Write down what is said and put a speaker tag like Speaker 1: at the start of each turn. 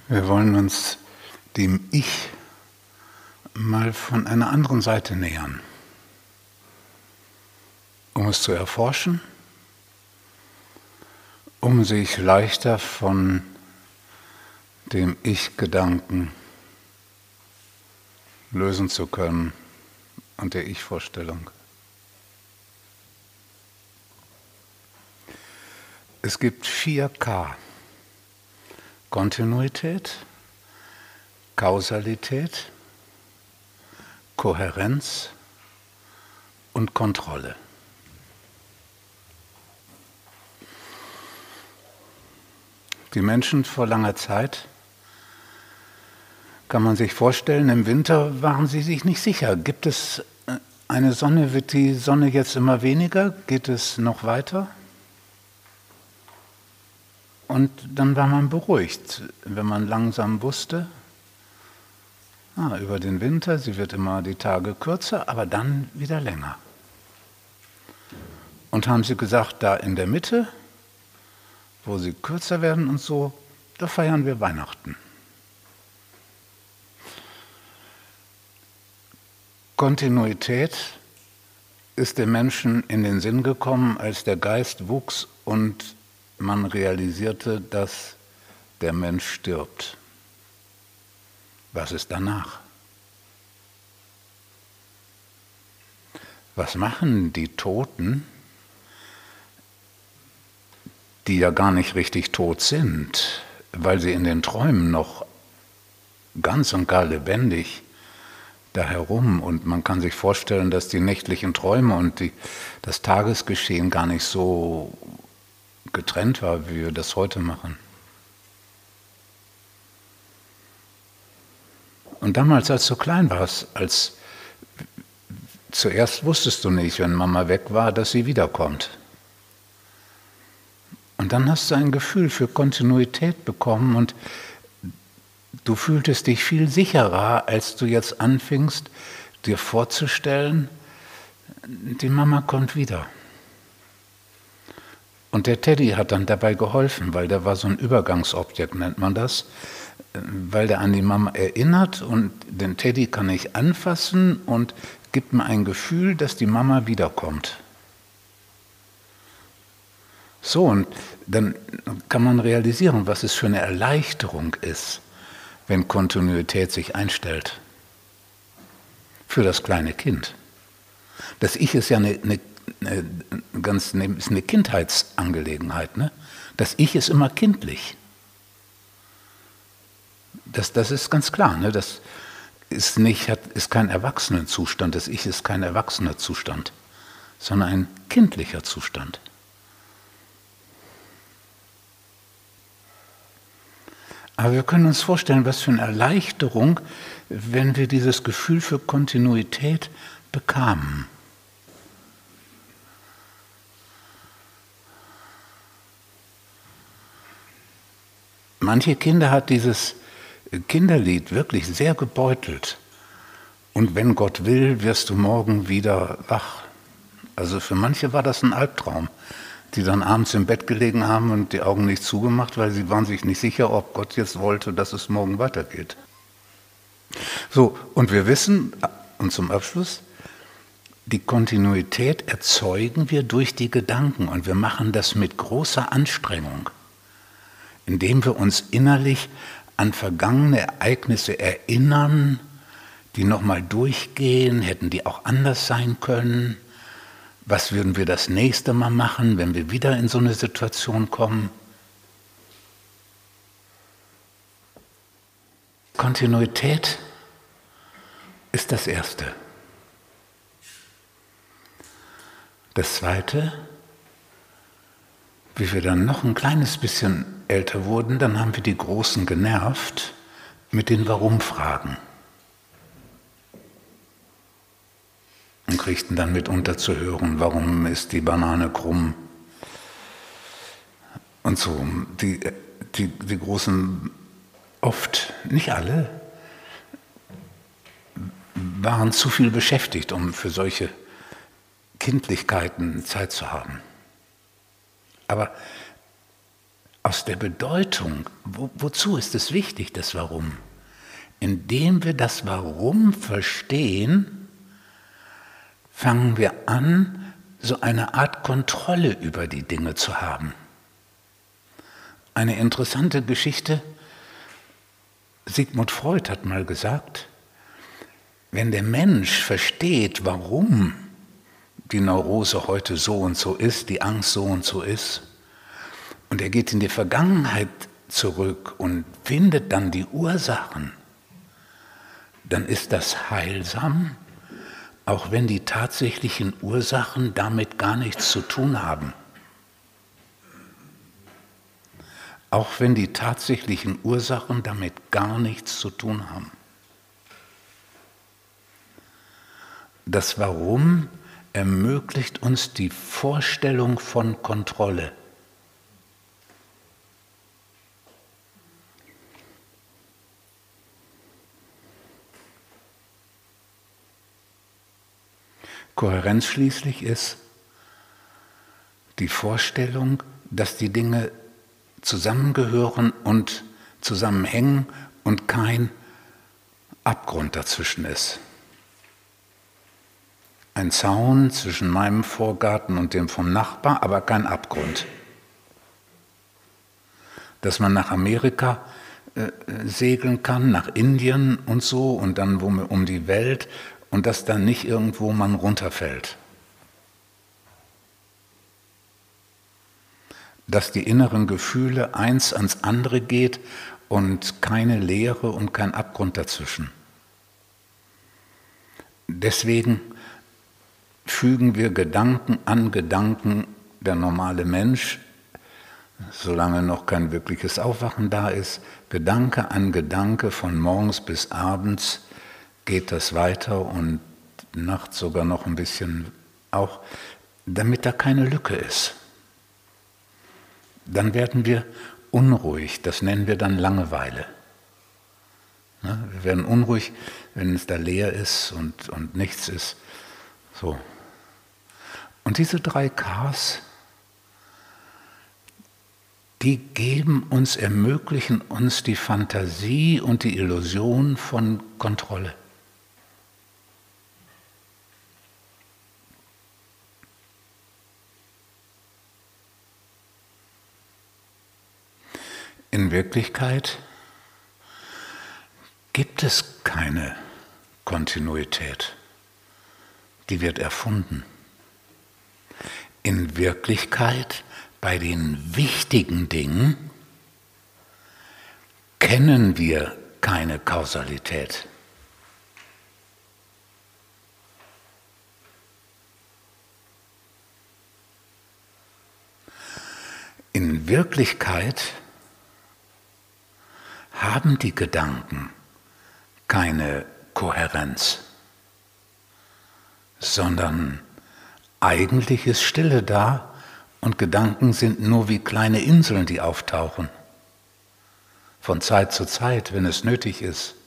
Speaker 1: Wir wollen uns dem Ich mal von einer anderen Seite nähern, um es zu erforschen, um sich leichter von dem Ich-Gedanken lösen zu können und der Ich-Vorstellung. Es gibt 4K. Kontinuität, Kausalität, Kohärenz und Kontrolle. Die Menschen vor langer Zeit, kann man sich vorstellen, im Winter waren sie sich nicht sicher. Gibt es eine Sonne? Wird die Sonne jetzt immer weniger? Geht es noch weiter? Und dann war man beruhigt, wenn man langsam wusste, über den Winter, sie wird immer die Tage kürzer, aber dann wieder länger. Und haben sie gesagt, da in der Mitte, wo sie kürzer werden und so, da feiern wir Weihnachten. Kontinuität ist dem Menschen in den Sinn gekommen, als der Geist wuchs und man realisierte, dass der Mensch stirbt. Was ist danach? Was machen die Toten, die ja gar nicht richtig tot sind, weil sie in den Träumen noch ganz und gar lebendig da herum, und man kann sich vorstellen, dass die nächtlichen Träume und das Tagesgeschehen gar nicht so getrennt war, wie wir das heute machen. Und damals, als du klein warst, zuerst wusstest du nicht, wenn Mama weg war, dass sie wiederkommt. Und dann hast du ein Gefühl für Kontinuität bekommen und du fühltest dich viel sicherer, als du jetzt anfingst, dir vorzustellen, die Mama kommt wieder. Und der Teddy hat dann dabei geholfen, weil der war so ein Übergangsobjekt, nennt man das, weil der an die Mama erinnert und den Teddy kann ich anfassen und gibt mir ein Gefühl, dass die Mama wiederkommt. So, und dann kann man realisieren, was es für eine Erleichterung ist, wenn Kontinuität sich einstellt. Für das kleine Kind. Das Ich ist ja eine Kindheitsangelegenheit. Ne? Das Ich ist immer kindlich. Das ist ganz klar. Ne? Das ist kein Erwachsenenzustand. Das Ich ist kein erwachsener Zustand, sondern ein kindlicher Zustand. Aber wir können uns vorstellen, was für eine Erleichterung, wenn wir dieses Gefühl für Kontinuität bekamen. Manche Kinder hat dieses Kinderlied wirklich sehr gebeutelt. Und wenn Gott will, wirst du morgen wieder wach. Also für manche war das ein Albtraum, die dann abends im Bett gelegen haben und die Augen nicht zugemacht, weil sie waren sich nicht sicher, ob Gott jetzt wollte, dass es morgen weitergeht. So, und wir wissen, und zum Abschluss, die Kontinuität erzeugen wir durch die Gedanken und wir machen das mit großer Anstrengung, indem wir uns innerlich an vergangene Ereignisse erinnern, die nochmal durchgehen, hätten die auch anders sein können. Was würden wir das nächste Mal machen, wenn wir wieder in so eine Situation kommen? Kontinuität ist das Erste. Das Zweite, wie wir dann noch ein kleines bisschen älter wurden, dann haben wir die Großen genervt mit den Warum-Fragen. Und kriegten dann mitunter zu hören, warum ist die Banane krumm? Und so, die Großen, oft, nicht alle, waren zu viel beschäftigt, um für solche Kindlichkeiten Zeit zu haben. Aber aus der Bedeutung, wozu ist es wichtig, das Warum? Indem wir das Warum verstehen, fangen wir an, so eine Art Kontrolle über die Dinge zu haben. Eine interessante Geschichte, Sigmund Freud hat mal gesagt, wenn der Mensch versteht, warum die Neurose heute so und so ist, die Angst so und so ist, und er geht in die Vergangenheit zurück und findet dann die Ursachen, dann ist das heilsam, auch wenn die tatsächlichen Ursachen damit gar nichts zu tun haben. Auch wenn die tatsächlichen Ursachen damit gar nichts zu tun haben. Das Warum ermöglicht uns die Vorstellung von Kontrolle. Kohärenz schließlich ist die Vorstellung, dass die Dinge zusammengehören und zusammenhängen und kein Abgrund dazwischen ist. Ein Zaun zwischen meinem Vorgarten und dem vom Nachbar, aber kein Abgrund. Dass man nach Amerika segeln kann, nach Indien und so und dann um die Welt und dass dann nicht irgendwo man runterfällt. Dass die inneren Gefühle eins ans andere geht und keine Leere und kein Abgrund dazwischen. Deswegen fügen wir Gedanken an Gedanken, der normale Mensch, solange noch kein wirkliches Aufwachen da ist, Gedanke an Gedanke, von morgens bis abends geht das weiter und nachts sogar noch ein bisschen auch, damit da keine Lücke ist. Dann werden wir unruhig, das nennen wir dann Langeweile. Wir werden unruhig, wenn es da leer ist und nichts ist. So. Und diese 3 Ks, die ermöglichen uns die Fantasie und die Illusion von Kontrolle. In Wirklichkeit gibt es keine Kontinuität. Die wird erfunden. In Wirklichkeit, bei den wichtigen Dingen, kennen wir keine Kausalität. In Wirklichkeit haben die Gedanken keine Kohärenz, sondern eigentlich ist Stille da und Gedanken sind nur wie kleine Inseln, die auftauchen. Von Zeit zu Zeit, wenn es nötig ist.